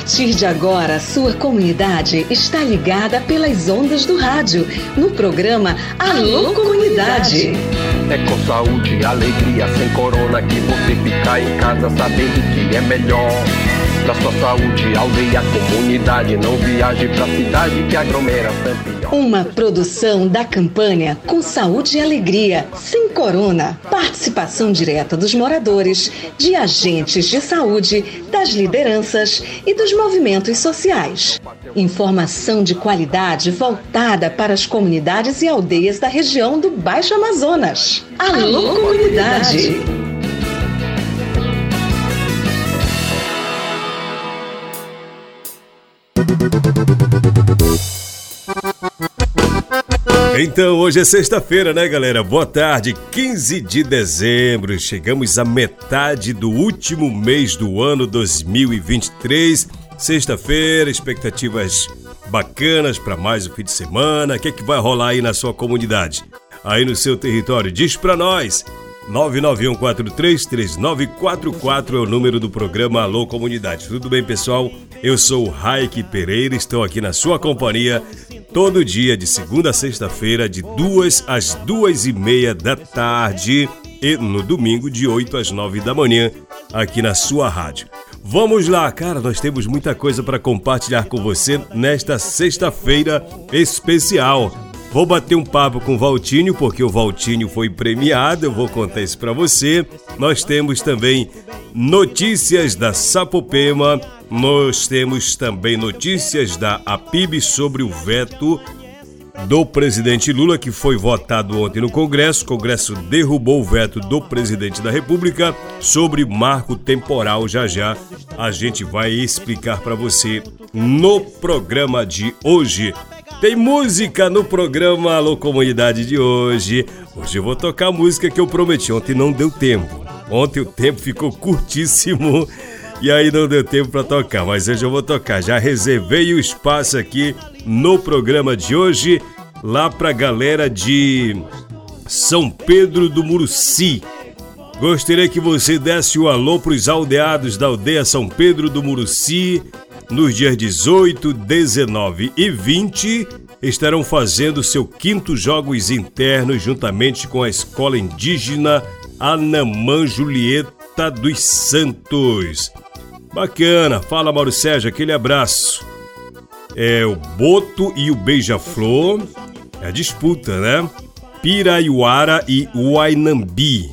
partir de agora, sua comunidade está ligada pelas ondas do rádio, no programa Alô Comunidade. É com saúde e alegria, sem corona, que você fica em casa sabendo que é melhor. Pra sua saúde, aldeia, comunidade, não viaje pra cidade que aglomeração é pior. Uma produção da campanha Com Saúde e Alegria, sem corona. Participação direta dos moradores, de agentes de saúde, das lideranças e dos movimentos sociais. Informação de qualidade voltada para as comunidades e aldeias da região do Baixo Amazonas. Alô, Comunidade! Então, hoje é sexta-feira, né, galera? Boa tarde, 15 de dezembro. Chegamos à metade do último mês do ano 2023. Sexta-feira, expectativas bacanas para mais um fim de semana. O que é que vai rolar aí na sua comunidade? Aí no seu território? Diz pra nós. 991433944 é o número do programa Alô Comunidade. Tudo bem, pessoal? Eu sou o Raik Pereira, estou aqui na sua companhia todo dia, de segunda a sexta-feira, de 2 às 2:30 da tarde e no domingo, de 8 às 9 da manhã, aqui na sua rádio. Vamos lá, cara, nós temos muita coisa para compartilhar com você nesta sexta-feira especial. Vou bater um papo com o Valtinho, porque o Valtinho foi premiado, eu vou contar isso para você. Nós temos também notícias da Sapopema, nós temos também notícias da APIB sobre o veto do presidente Lula, que foi votado ontem no Congresso. O Congresso derrubou o veto do presidente da República sobre marco temporal. Já já a gente vai explicar para você no programa de hoje. Tem música no programa Alô Comunidade de hoje. Hoje eu vou tocar a música que eu prometi. Ontem não deu tempo. Ontem o tempo ficou curtíssimo e aí não deu tempo para tocar. Mas hoje eu vou tocar. Já reservei o espaço aqui no programa de hoje lá pra galera de São Pedro do Muruci. Gostaria que você desse o alô pros aldeados da aldeia São Pedro do Muruci. Nos dias 18, 19 e 20, estarão fazendo seu quinto Jogos Internos juntamente com a Escola Indígena Anamã Julieta dos Santos. Bacana, fala Mauro Sérgio, aquele abraço. É o Boto e o Beija-Flor, é a disputa, né? Piraiuara e Uainambi.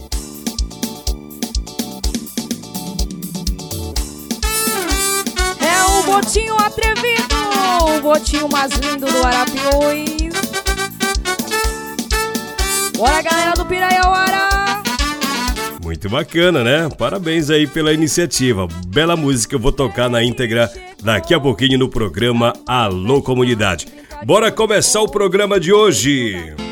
Botinho atrevido, o botinho mais lindo do Arapiuns. Bora, galera do Piraiuara! Muito bacana, né? Parabéns aí pela iniciativa. Bela música, eu vou tocar na íntegra daqui a pouquinho no programa Alô Comunidade. Bora começar o programa de hoje!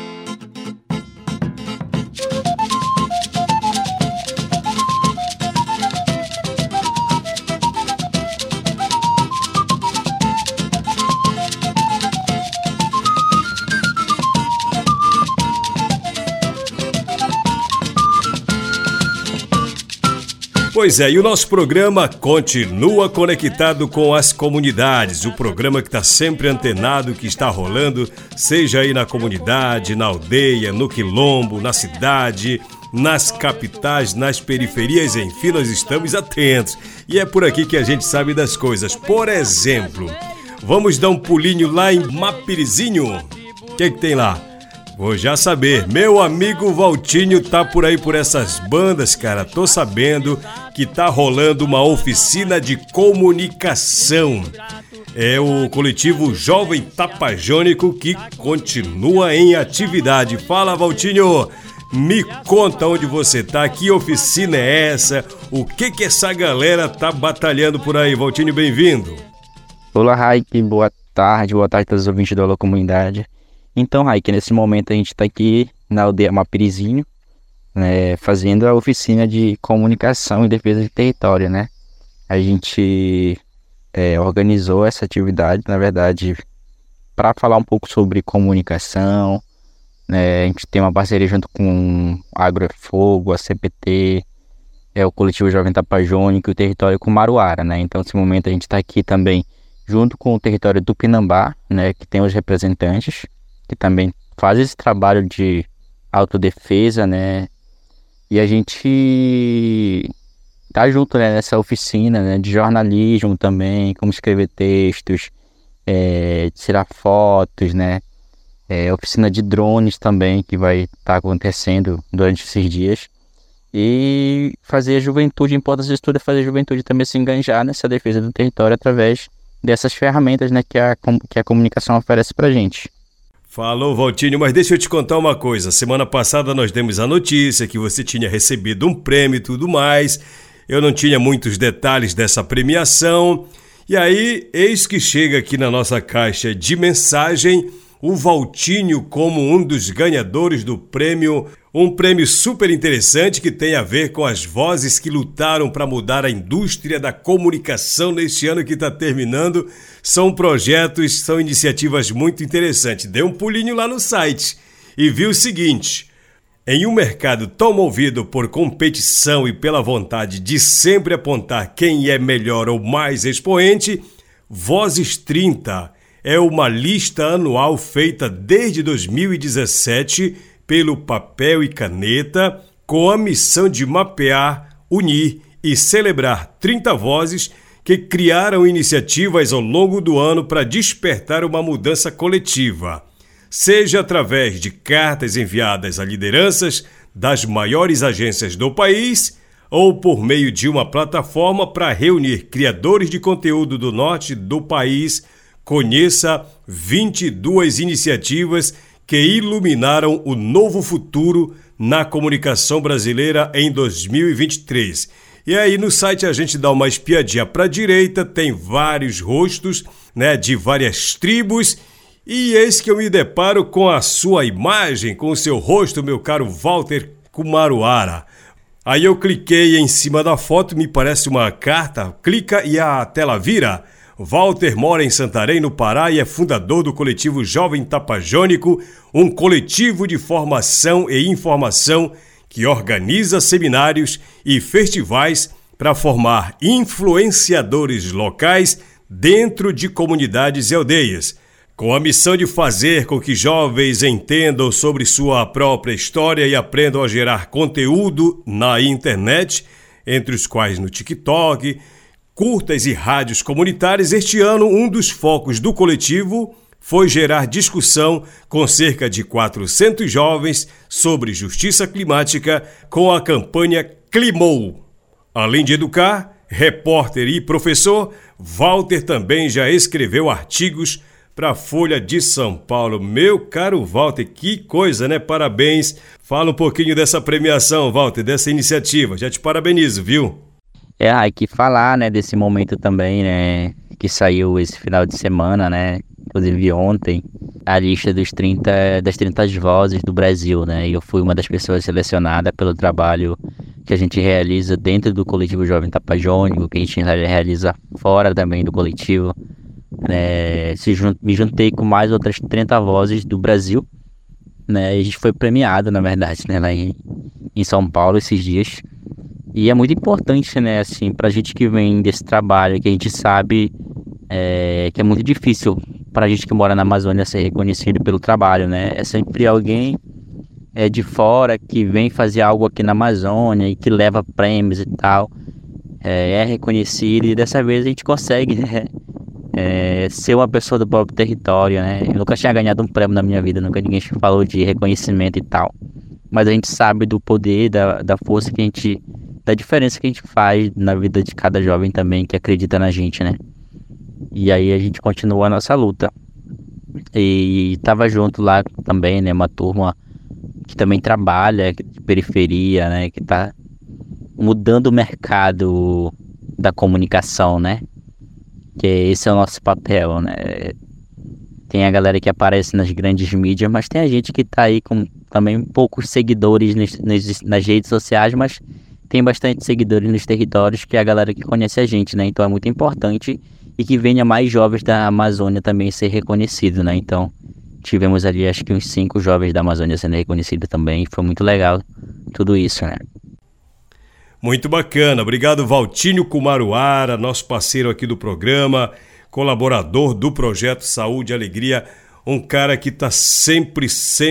Pois é, e o nosso programa continua conectado com as comunidades. O programa que está sempre antenado, que está rolando, seja aí na comunidade, na aldeia, no quilombo, na cidade, nas capitais, nas periferias, enfim, nós estamos atentos. E é por aqui que a gente sabe das coisas. Por exemplo, vamos dar um pulinho lá em Mapirizinho. O que tem lá? Vou já saber. Meu amigo Valtinho tá por aí por essas bandas, cara. Tô sabendo que tá rolando uma oficina de comunicação. É o coletivo Jovem Tapajônico que continua em atividade. Fala, Valtinho! Me conta onde você tá, que oficina é essa? O que essa galera tá batalhando por aí? Valtinho, bem-vindo. Olá, Raik. Boa tarde a todos os ouvintes da Alô Comunidade. Então, Raik, nesse momento a gente está aqui na aldeia Mapirizinho, né, fazendo a oficina de comunicação e defesa de território, né? A gente organizou essa atividade, na verdade, para falar um pouco sobre comunicação, né? A gente tem uma parceria junto com a Agrofogo, a CPT, o coletivo Jovem Tapajônico e o território Kumaruara, né? Então, nesse momento a gente está aqui também junto com o território Tupinambá, né? Que tem os representantes que também fazem esse trabalho de autodefesa, né? E a gente tá junto, né, nessa oficina, né, de jornalismo também, como escrever textos, tirar fotos, né? Oficina de drones também, que vai estar acontecendo durante esses dias. E fazer a juventude, a importância de tudo é fazer a juventude também se enganjar nessa defesa do território através dessas ferramentas, né, que a comunicação oferece pra gente. Falou, Valtinho, mas deixa eu te contar uma coisa. Semana passada nós demos a notícia que você tinha recebido um prêmio e tudo mais. Eu não tinha muitos detalhes dessa premiação. E aí, eis que chega aqui na nossa caixa de mensagem o Valtinho como um dos ganhadores do prêmio, um prêmio super interessante que tem a ver com as vozes que lutaram para mudar a indústria da comunicação neste ano que está terminando. São projetos, são iniciativas muito interessantes. Dê um pulinho lá no site e viu o seguinte: em um mercado tão movido por competição e pela vontade de sempre apontar quem é melhor ou mais expoente, Vozes 30 é uma lista anual feita desde 2017 pelo Papel e Caneta, com a missão de mapear, unir e celebrar 30 vozes que criaram iniciativas ao longo do ano para despertar uma mudança coletiva, seja através de cartas enviadas a lideranças das maiores agências do país ou por meio de uma plataforma para reunir criadores de conteúdo do norte do país. Conheça 22 iniciativas que iluminaram o novo futuro na comunicação brasileira em 2023. E aí no site a gente dá uma espiadinha para a direita, tem vários rostos, né, de várias tribos, e eis que eu me deparo com a sua imagem, com o seu rosto, meu caro Walter Kumaruara. Aí eu cliquei em cima da foto, me parece uma carta, clica e a tela vira. Walter mora em Santarém, no Pará, e é fundador do coletivo Jovem Tapajônico, um coletivo de formação e informação que organiza seminários e festivais para formar influenciadores locais dentro de comunidades e aldeias, com a missão de fazer com que jovens entendam sobre sua própria história e aprendam a gerar conteúdo na internet, entre os quais no TikTok, curtas e rádios comunitárias. Este ano, um dos focos do coletivo foi gerar discussão com cerca de 400 jovens sobre justiça climática com a campanha Climou. Além de educar, repórter e professor, Walter também já escreveu artigos para a Folha de São Paulo. Meu caro Walter, que coisa, né? Parabéns. Fala um pouquinho dessa premiação, Walter, dessa iniciativa. Já te parabenizo, viu? Hay que falar, né, desse momento também, né, que saiu esse final de semana, né, inclusive ontem, a lista das 30 vozes do Brasil, né, e eu fui uma das pessoas selecionadas pelo trabalho que a gente realiza dentro do coletivo Jovem Tapajônico, que a gente realiza fora também do coletivo, né, me juntei com mais outras 30 vozes do Brasil, né, e a gente foi premiado, na verdade, né, lá em São Paulo esses dias. E é muito importante, né, assim, pra gente que vem desse trabalho, que a gente sabe que é muito difícil pra gente que mora na Amazônia ser reconhecido pelo trabalho, né? É sempre alguém de fora que vem fazer algo aqui na Amazônia e que leva prêmios e tal, é reconhecido, e dessa vez a gente consegue, né, ser uma pessoa do próprio território, né? Eu nunca tinha ganhado um prêmio na minha vida, nunca ninguém falou de reconhecimento e tal, mas a gente sabe do poder, da força que a gente... da diferença que a gente faz na vida de cada jovem também que acredita na gente, né? E aí a gente continua a nossa luta. E tava junto lá também, né, uma turma que também trabalha de periferia, né, que tá mudando o mercado da comunicação, né? Que esse é o nosso papel, né? Tem a galera que aparece nas grandes mídias, mas tem a gente que tá aí com também poucos seguidores nas redes sociais, mas tem bastante seguidores nos territórios, que é a galera que conhece a gente, né? Então é muito importante, e que venha mais jovens da Amazônia também ser reconhecidos, né? Então tivemos ali acho que uns 5 jovens da Amazônia sendo reconhecidos também, e foi muito legal tudo isso, né? Muito bacana, obrigado Valtinho Kumaruara, nosso parceiro aqui do programa, colaborador do Projeto Saúde e Alegria, um cara que está sempre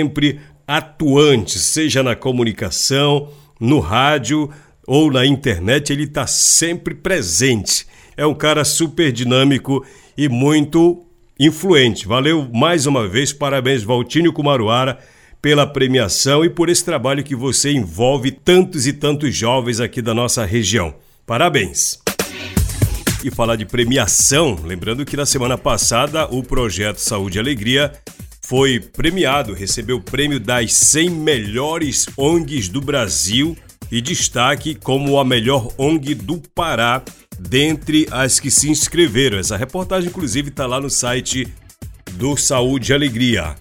atuante, seja na comunicação, no rádio ou na internet, ele está sempre presente. É um cara super dinâmico e muito influente. Valeu mais uma vez, parabéns Valtinho Kumaruara pela premiação e por esse trabalho que você envolve tantos e tantos jovens aqui da nossa região. Parabéns! E falar de premiação, lembrando que na semana passada o Projeto Saúde e Alegria foi premiado, recebeu o prêmio das 100 melhores ONGs do Brasil e destaque como a melhor ONG do Pará, dentre as que se inscreveram. Essa reportagem, inclusive, está lá no site do Saúde e Alegria,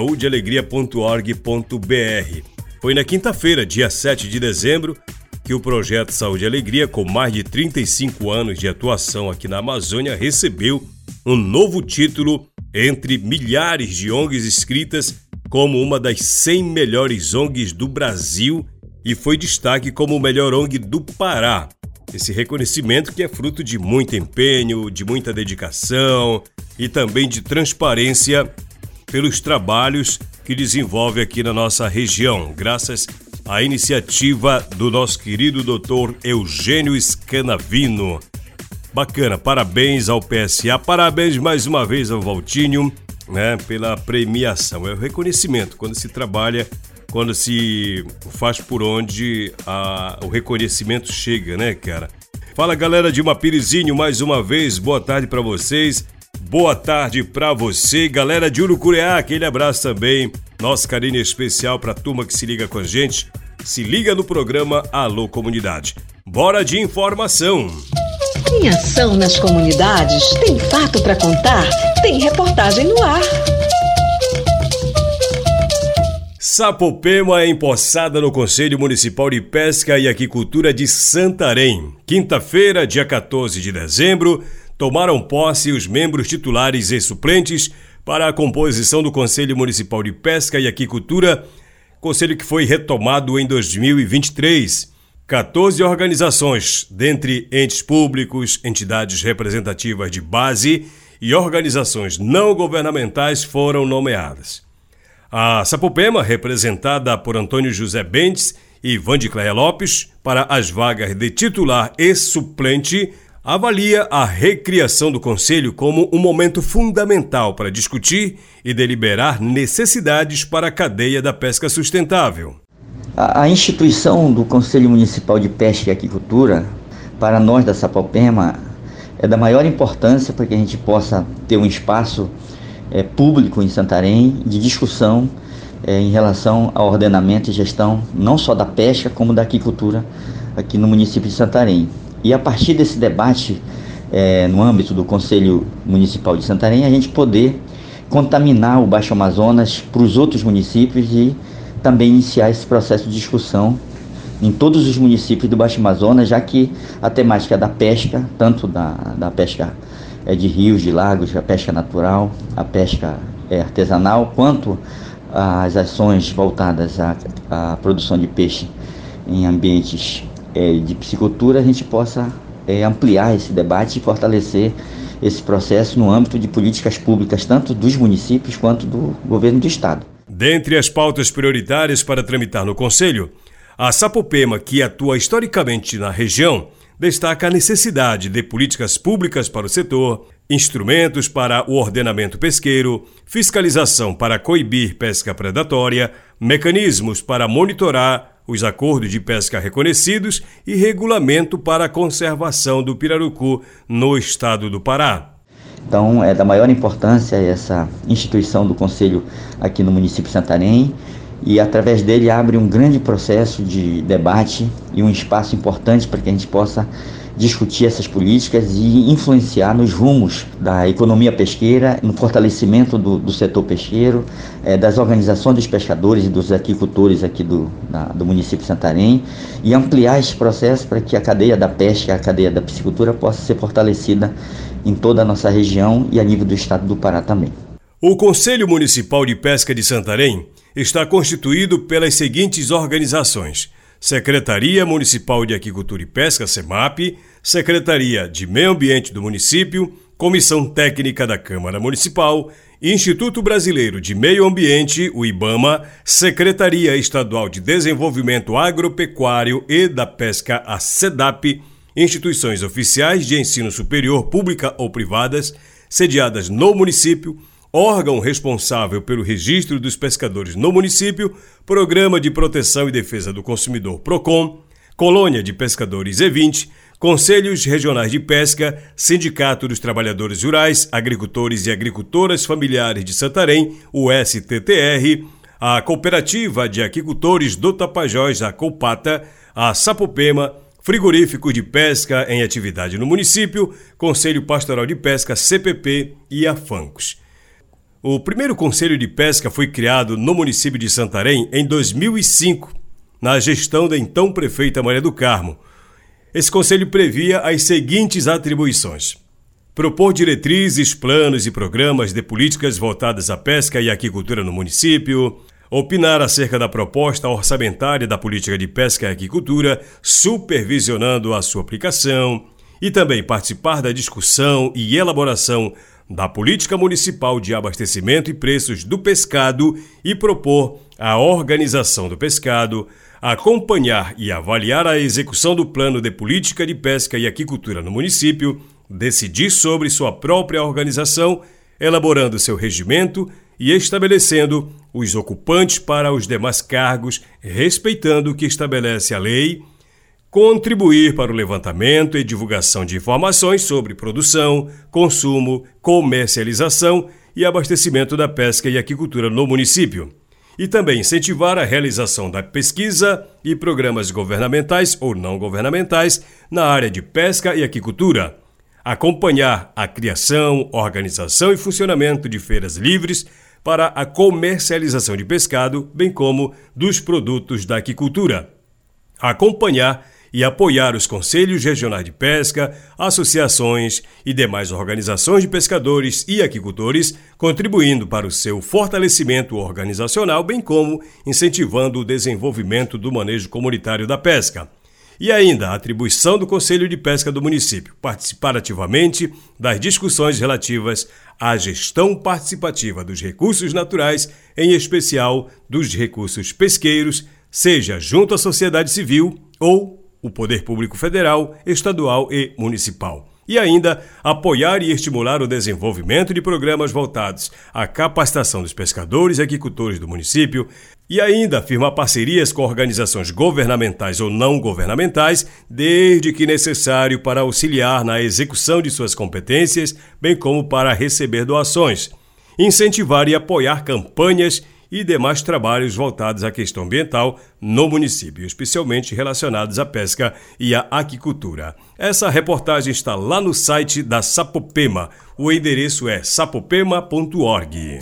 saudealegria.org.br. Foi na quinta-feira, dia 7 de dezembro, que o Projeto Saúde e Alegria, com mais de 35 anos de atuação aqui na Amazônia, recebeu um novo título entre milhares de ONGs inscritas como uma das 100 melhores ONGs do Brasil e foi destaque como o melhor ONG do Pará. Esse reconhecimento que é fruto de muito empenho, de muita dedicação e também de transparência pelos trabalhos que desenvolve aqui na nossa região, graças à iniciativa do nosso querido Dr. Eugênio Scanavino. Bacana, parabéns ao PSA, parabéns mais uma vez ao Valtinho, né, pela premiação. É o reconhecimento, quando se trabalha, quando se faz por onde o reconhecimento chega, né, cara? Fala, galera de Mapirizinho, mais uma vez, boa tarde para vocês. Boa tarde pra você, galera de Urucureá, aquele abraço também, nosso carinho especial pra turma que se liga com a gente, se liga no programa Alô Comunidade. Bora de informação! Em ação nas comunidades, tem fato pra contar, tem reportagem no ar. Sapopema é empossada no Conselho Municipal de Pesca e Aquicultura de Santarém. Quinta-feira, dia 14 de dezembro, tomaram posse os membros titulares e suplentes para a composição do Conselho Municipal de Pesca e Aquicultura, conselho que foi retomado em 2023. 14 organizações, dentre entes públicos, entidades representativas de base e organizações não governamentais foram nomeadas. A Sapopema, representada por Antônio José Bentes e Vandicléia Lopes, para as vagas de titular e suplente, avalia a recriação do Conselho como um momento fundamental para discutir e deliberar necessidades para a cadeia da pesca sustentável. A instituição do Conselho Municipal de Pesca e Aquicultura, para nós da Sapopema, é da maior importância para que a gente possa ter um espaço público em Santarém de discussão em relação ao ordenamento e gestão não só da pesca como da aquicultura aqui no município de Santarém. E a partir desse debate, no âmbito do Conselho Municipal de Santarém, a gente poder contaminar o Baixo Amazonas para os outros municípios e também iniciar esse processo de discussão em todos os municípios do Baixo Amazonas, já que a temática da pesca, tanto da pesca de rios, de lagos, a pesca natural, a pesca artesanal, quanto as ações voltadas à produção de peixe em ambientes de piscicultura, a gente possa ampliar esse debate e fortalecer esse processo no âmbito de políticas públicas, tanto dos municípios quanto do governo do estado. Dentre as pautas prioritárias para tramitar no Conselho, a Sapopema, que atua historicamente na região, destaca a necessidade de políticas públicas para o setor, instrumentos para o ordenamento pesqueiro, fiscalização para coibir pesca predatória, mecanismos para monitorar os acordos de pesca reconhecidos e regulamento para a conservação do pirarucu no estado do Pará. Então, é da maior importância essa instituição do Conselho aqui no município de Santarém e, através dele, abre um grande processo de debate e um espaço importante para que a gente possa discutir essas políticas e influenciar nos rumos da economia pesqueira, no fortalecimento do setor pesqueiro, das organizações dos pescadores e dos aquicultores aqui do município de Santarém e ampliar esse processo para que a cadeia da pesca, a cadeia da piscicultura possa ser fortalecida em toda a nossa região e a nível do estado do Pará também. O Conselho Municipal de Pesca de Santarém está constituído pelas seguintes organizações: Secretaria Municipal de Aquicultura e Pesca, SEMAP, Secretaria de Meio Ambiente do município, Comissão Técnica da Câmara Municipal, Instituto Brasileiro de Meio Ambiente, o IBAMA, Secretaria Estadual de Desenvolvimento Agropecuário e da Pesca, a SEDAP, instituições oficiais de ensino superior, pública ou privadas, sediadas no município, órgão responsável pelo registro dos pescadores no município, Programa de Proteção e Defesa do Consumidor PROCON, Colônia de Pescadores E20, Conselhos Regionais de Pesca, Sindicato dos Trabalhadores Rurais, Agricultores e Agricultoras Familiares de Santarém, o STTR, a Cooperativa de Aquicultores do Tapajós, a Copata, a Sapopema, Frigorífico de Pesca em atividade no município, Conselho Pastoral de Pesca, CPP e a FANCOS. O primeiro Conselho de Pesca foi criado no município de Santarém em 2005, na gestão da então prefeita Maria do Carmo. Esse conselho previa as seguintes atribuições: propor diretrizes, planos e programas de políticas voltadas à pesca e aquicultura no município, opinar acerca da proposta orçamentária da política de pesca e aquicultura, supervisionando a sua aplicação, e também participar da discussão e elaboração da política municipal de abastecimento e preços do pescado e propor a organização do pescado, acompanhar e avaliar a execução do plano de política de pesca e aquicultura no município, decidir sobre sua própria organização, elaborando seu regimento e estabelecendo os ocupantes para os demais cargos, respeitando o que estabelece a lei, contribuir para o levantamento e divulgação de informações sobre produção, consumo, comercialização e abastecimento da pesca e aquicultura no município. E também incentivar a realização da pesquisa e programas governamentais ou não governamentais na área de pesca e aquicultura. Acompanhar a criação, organização e funcionamento de feiras livres para a comercialização de pescado, bem como dos produtos da aquicultura. Acompanhar e apoiar os conselhos regionais de pesca, associações e demais organizações de pescadores e aquicultores, contribuindo para o seu fortalecimento organizacional, bem como incentivando o desenvolvimento do manejo comunitário da pesca. E ainda a atribuição do Conselho de Pesca do município, participar ativamente das discussões relativas à gestão participativa dos recursos naturais, em especial dos recursos pesqueiros, seja junto à sociedade civil ou o Poder Público Federal, Estadual e Municipal. E ainda apoiar e estimular o desenvolvimento de programas voltados à capacitação dos pescadores e aquicultores do município, e ainda firmar parcerias com organizações governamentais ou não governamentais, desde que necessário para auxiliar na execução de suas competências, bem como para receber doações. Incentivar e apoiar campanhas e demais trabalhos voltados à questão ambiental no município, especialmente relacionados à pesca e à aquicultura. Essa reportagem está lá no site da Sapopema. O endereço é sapopema.org.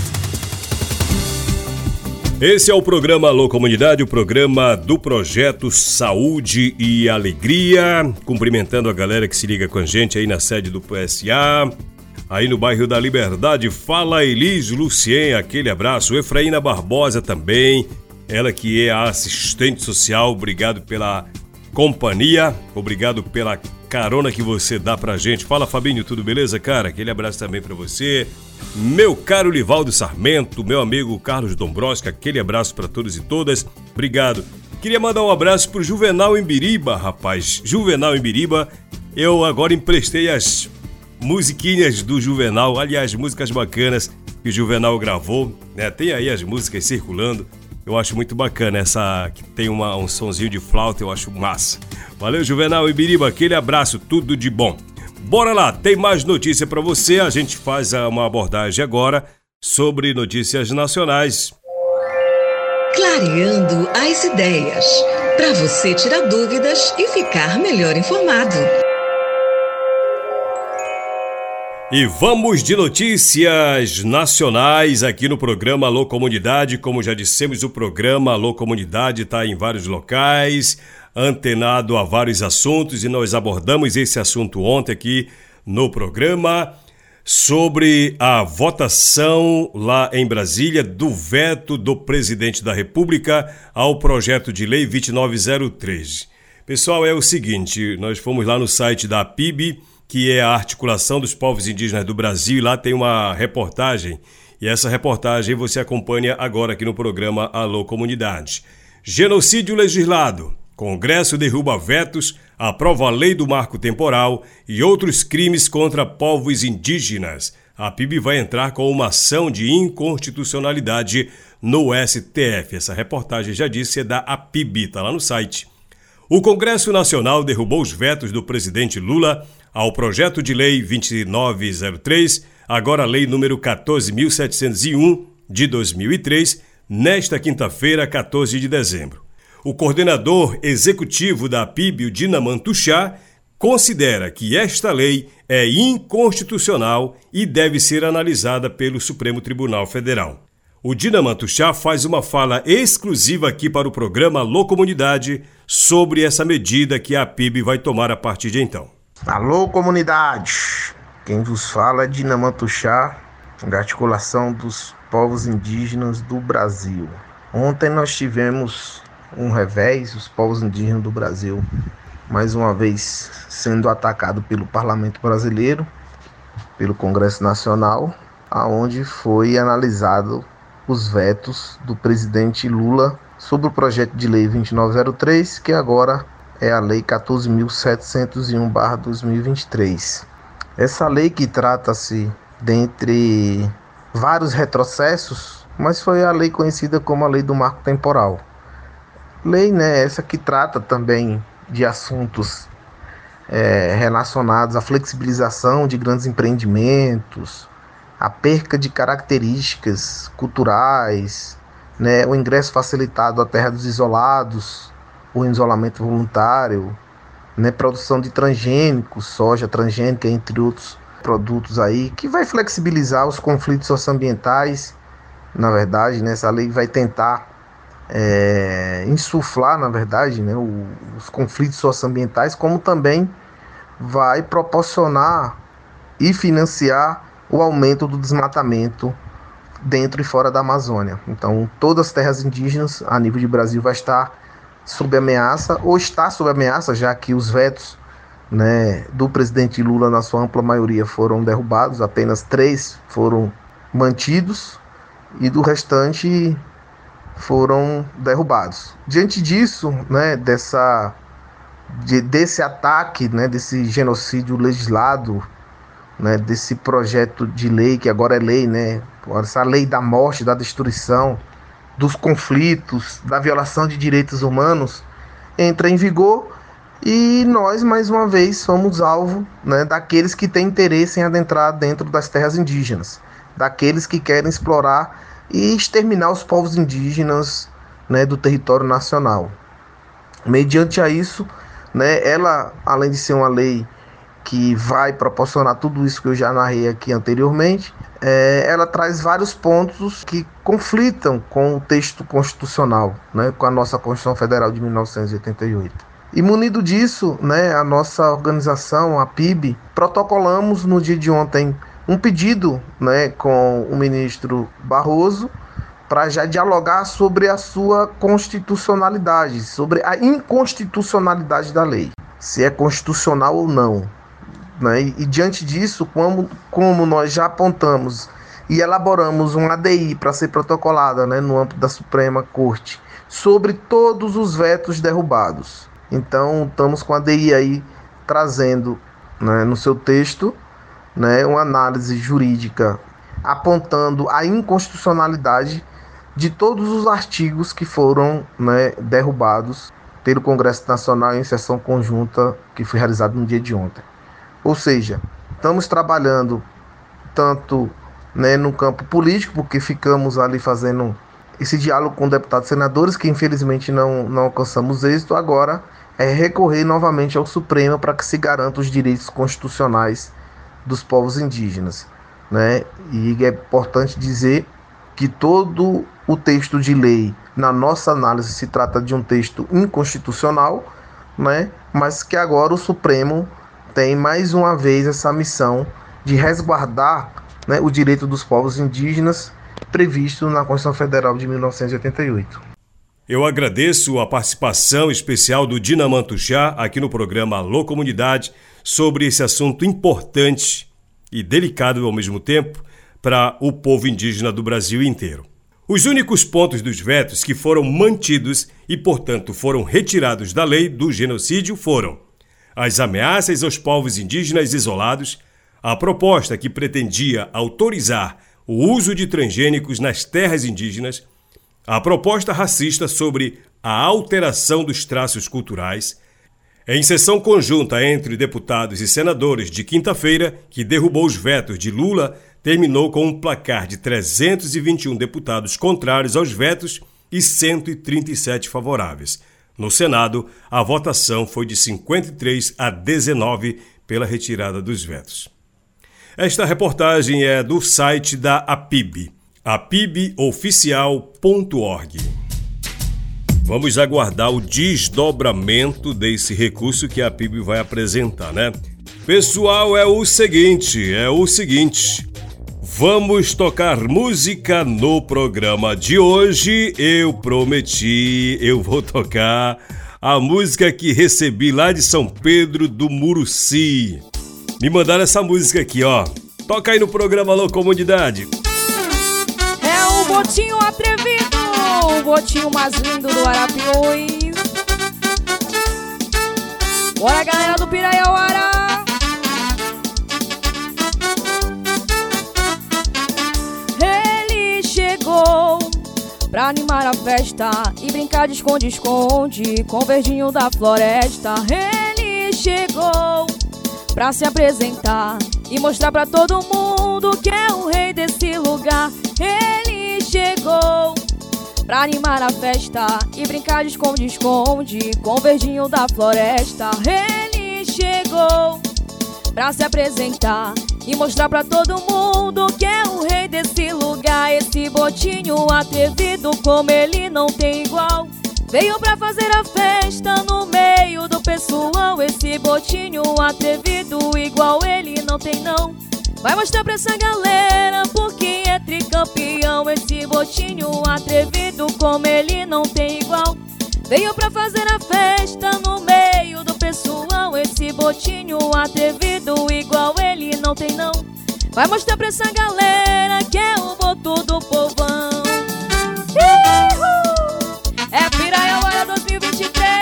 Esse é o programa Alô Comunidade, o programa do projeto Saúde e Alegria. Cumprimentando a galera que se liga com a gente aí na sede do PSA. Aí no bairro da Liberdade, fala Elis Lucien, aquele abraço. Efraína Barbosa também, ela que é a assistente social, obrigado pela companhia, obrigado pela carona que você dá pra gente. Fala Fabinho, tudo beleza, cara? Aquele abraço também pra você. Meu caro Livaldo Sarmento, meu amigo Carlos Dombrowski, aquele abraço pra todos e todas, obrigado. Queria mandar um abraço pro Juvenal Imbiriba, rapaz. Juvenal Imbiriba, eu agora emprestei as musiquinhas do Juvenal, aliás, músicas bacanas que o Juvenal gravou, né? Tem aí as músicas circulando, eu acho muito bacana essa que tem um sonzinho de flauta, eu acho massa. Valeu, Juvenal Ibiriba, aquele abraço, tudo de bom. Bora lá, tem mais notícia pra você, a gente faz uma abordagem agora sobre notícias nacionais. Clareando as ideias, para você tirar dúvidas e ficar melhor informado. E vamos de notícias nacionais aqui no programa Alô Comunidade. Como já dissemos, o programa Alô Comunidade está em vários locais, antenado a vários assuntos, e nós abordamos esse assunto ontem aqui no programa. sobre a votação lá em Brasília do veto do presidente da República ao projeto de lei 2903. Pessoal, é o seguinte, nós fomos lá no site da APIB, que é a Articulação dos Povos Indígenas do Brasil, e lá tem uma reportagem, e essa reportagem você acompanha agora aqui no programa Alô Comunidade. Genocídio legislado. Congresso derruba vetos, aprova a lei do marco temporal e outros crimes contra povos indígenas. A PIB vai entrar com uma ação de inconstitucionalidade no STF. Essa reportagem, já disse, é da APIB, está lá no site. O Congresso Nacional derrubou os vetos do presidente Lula ao projeto de lei 2903, agora a lei número 14.701 de 2003, nesta quinta-feira, 14 de dezembro. O coordenador executivo da APIB, o Dinaman Tuxá, considera que esta lei é inconstitucional e deve ser analisada pelo Supremo Tribunal Federal. O Dinaman Tuxá faz uma fala exclusiva aqui para o programa Alô Comunidade sobre essa medida que a APIB vai tomar a partir de então. Alô Comunidade, quem vos fala é Dinaman Tuxá, da Articulação dos Povos Indígenas do Brasil. Ontem nós tivemos um revés, os povos indígenas do Brasil, mais uma vez sendo atacado pelo Parlamento Brasileiro, pelo Congresso Nacional, aonde foi analisado os vetos do presidente Lula sobre o projeto de lei 2903, que agora é a lei 14.701/2023. Essa lei que trata-se dentre vários retrocessos, mas foi a lei conhecida como a lei do marco temporal. Lei, essa que trata também de assuntos relacionados à flexibilização de grandes empreendimentos, a perca de características culturais, o ingresso facilitado à terra dos isolados, o isolamento voluntário, produção de transgênicos, soja transgênica, entre outros produtos aí, que vai flexibilizar os conflitos socioambientais. Na verdade, essa lei vai tentar insuflar, na verdade, os conflitos socioambientais, como também vai proporcionar e financiar o aumento do desmatamento dentro e fora da Amazônia. Então, todas as terras indígenas a nível de Brasil vai estar sob ameaça, ou está sob ameaça, já que os vetos do presidente Lula, na sua ampla maioria, foram derrubados, apenas 3 foram mantidos e do restante foram derrubados. Diante disso, desse ataque, desse genocídio legislado, desse projeto de lei, que agora é lei, essa lei da morte, da destruição, dos conflitos, da violação de direitos humanos, entra em vigor e nós, mais uma vez, somos alvo daqueles que têm interesse em adentrar dentro das terras indígenas, daqueles que querem explorar e exterminar os povos indígenas do território nacional. Mediante a isso, ela, além de ser uma lei que vai proporcionar tudo isso que eu já narrei aqui anteriormente, ela traz vários pontos que conflitam com o texto constitucional, com a nossa Constituição Federal de 1988. E munido disso, a nossa organização, a PIB, protocolamos no dia de ontem um pedido com o ministro Barroso para já dialogar sobre a sua constitucionalidade, sobre a inconstitucionalidade da lei, se é constitucional ou não. E diante disso, como nós já apontamos e elaboramos um ADI para ser protocolada no âmbito da Suprema Corte sobre todos os vetos derrubados. Então, estamos com a ADI aí trazendo no seu texto uma análise jurídica apontando a inconstitucionalidade de todos os artigos que foram derrubados pelo Congresso Nacional em sessão conjunta que foi realizada no dia de ontem. Ou seja, estamos trabalhando tanto no campo político, porque ficamos ali fazendo esse diálogo com deputados e senadores, que infelizmente não alcançamos êxito. Agora é recorrer novamente ao Supremo para que se garanta os direitos constitucionais dos povos indígenas. E é importante dizer que todo o texto de lei, na nossa análise, se trata de um texto inconstitucional, mas que agora o Supremo tem mais uma vez essa missão de resguardar, né, o direito dos povos indígenas previsto na Constituição Federal de 1988. Eu agradeço a participação especial do Dinamantuxá aqui no programa Alô Comunidade sobre esse assunto importante e delicado ao mesmo tempo para o povo indígena do Brasil inteiro. Os únicos pontos dos vetos que foram mantidos e, portanto, foram retirados da lei do genocídio foram as ameaças aos povos indígenas isolados, a proposta que pretendia autorizar o uso de transgênicos nas terras indígenas, a proposta racista sobre a alteração dos traços culturais, em sessão conjunta entre deputados e senadores de quinta-feira, que derrubou os vetos de Lula, terminou com um placar de 321 deputados contrários aos vetos e 137 favoráveis. No Senado, a votação foi de 53 a 19 pela retirada dos vetos. Esta reportagem é do site da APIB, apiboficial.org. Vamos aguardar o desdobramento desse recurso que a APIB vai apresentar, né? Pessoal, é o seguinte, vamos tocar música no programa de hoje. Eu prometi, eu vou tocar a música que recebi lá de São Pedro do Muruci. Me mandaram essa música aqui, ó. Toca aí no programa Alô Comunidade. É o Botinho atrevido, o Botinho mais lindo do Arapiuns. Bora, galera do Piraiauara. Ele chegou pra animar a festa e brincar de esconde-esconde com o verdinho da floresta. Ele chegou pra se apresentar e mostrar pra todo mundo que é o rei desse lugar. Ele chegou pra animar a festa e brincar de esconde-esconde com o verdinho da floresta. Ele chegou pra se apresentar e mostrar pra todo mundo que é o rei desse lugar. Esse botinho atrevido, como ele não tem igual, veio pra fazer a festa no meio do pessoal. Esse botinho atrevido, igual ele não tem não. Vai mostrar pra essa galera porque é tricampeão. Esse botinho atrevido, como ele não tem igual, veio pra fazer a festa no meio do pessoal. Esse botinho atrevido, igual ele não tem não. Vai mostrar pra essa galera que é o boto do povão. É Piraiauara 2023.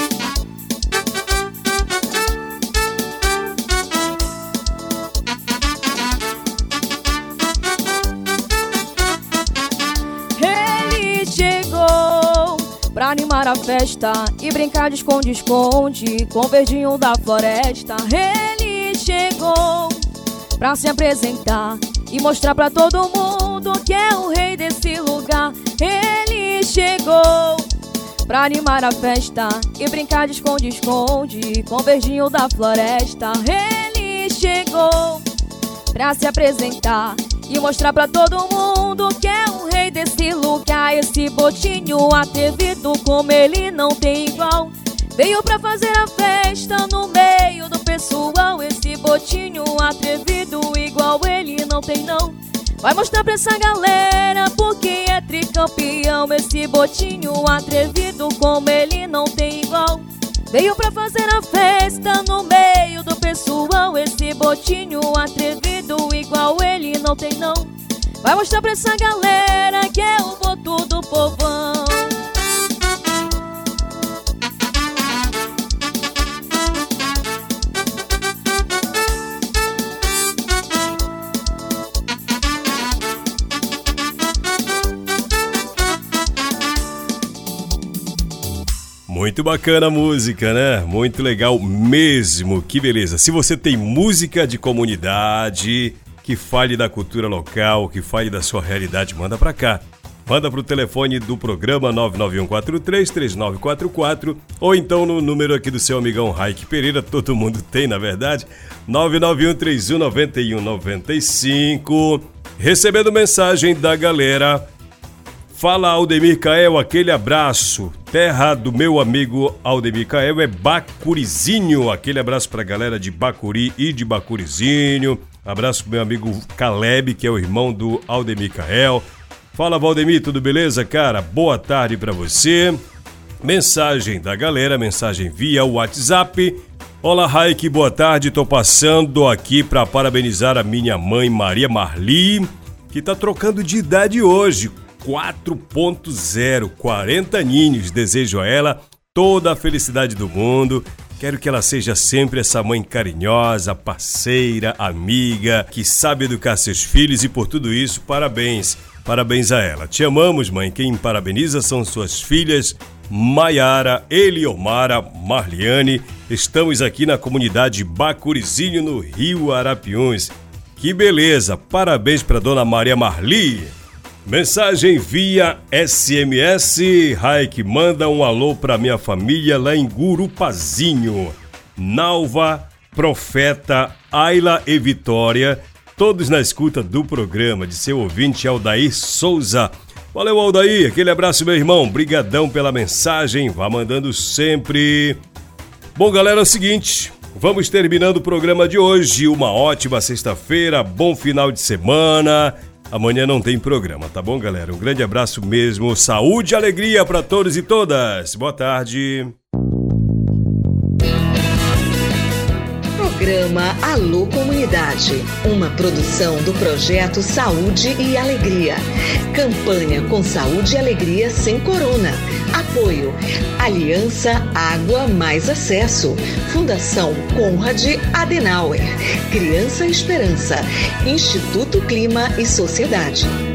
Ele chegou pra animar a festa e brincar de esconde-esconde com o verdinho da floresta. Ele chegou pra se apresentar e mostrar pra todo mundo que é o rei desse lugar. Ele chegou pra animar a festa e brincar de esconde-esconde com o verdinho da floresta. Ele chegou pra se apresentar e mostrar pra todo mundo que é o rei desse lugar. Esse botinho atrevido, como ele não tem igual, veio pra fazer a festa no meio do pessoal. Esse botinho atrevido, igual ele não tem não. Vai mostrar pra essa galera porque é tricampeão. Esse botinho atrevido, como ele não tem igual, veio pra fazer a festa no meio do pessoal. Esse botinho atrevido, igual ele não tem não. Vai mostrar pra essa galera que é o boto do povão. Muito bacana a música, né? Muito legal mesmo, que beleza. Se você tem música de comunidade, que fale da cultura local, que fale da sua realidade, manda pra cá. Manda pro telefone do programa 991433944 ou então no número aqui do seu amigão Raik Pereira, todo mundo tem na verdade, 991319195. Recebendo mensagem da galera. Fala Aldemir Cael, aquele abraço. Terra do meu amigo Aldemir Cael é Bacurizinho. Aquele abraço pra galera de Bacuri e de Bacurizinho. Abraço pro meu amigo Caleb, que é o irmão do Aldemir Cael. Fala, Valdemir, tudo beleza, cara? Boa tarde pra você. Mensagem da galera, mensagem via WhatsApp. Olá, Raik, boa tarde. Tô passando aqui pra parabenizar a minha mãe, Maria Marli, que tá trocando de idade hoje. 4.0, 40 aninhos. Desejo a ela toda a felicidade do mundo. Quero que ela seja sempre essa mãe carinhosa, parceira, amiga, que sabe educar seus filhos e por tudo isso, parabéns. Parabéns a ela. Te amamos, mãe. Quem parabeniza são suas filhas, Maiara, Eliomara, Marliane. Estamos aqui na comunidade Bacurizinho, no Rio Arapiuns. Que beleza! Parabéns para dona Maria Marli. Mensagem via SMS. Raik, manda um alô para minha família lá em Gurupazinho. Nalva, Profeta, Ayla e Vitória. Todos na escuta do programa, de seu ouvinte Aldair Souza. Valeu, Aldair, aquele abraço, meu irmão. Brigadão pela mensagem, vá mandando sempre. Bom, galera, é o seguinte, vamos terminando o programa de hoje. Uma ótima sexta-feira, bom final de semana. Amanhã não tem programa, tá bom, galera? Um grande abraço mesmo, saúde e alegria para todos e todas. Boa tarde. Programa Alô Comunidade, uma produção do projeto Saúde e Alegria. Campanha com Saúde e Alegria sem Corona. Apoio Aliança Água Mais Acesso. Fundação Konrad Adenauer. Criança Esperança. Instituto Clima e Sociedade.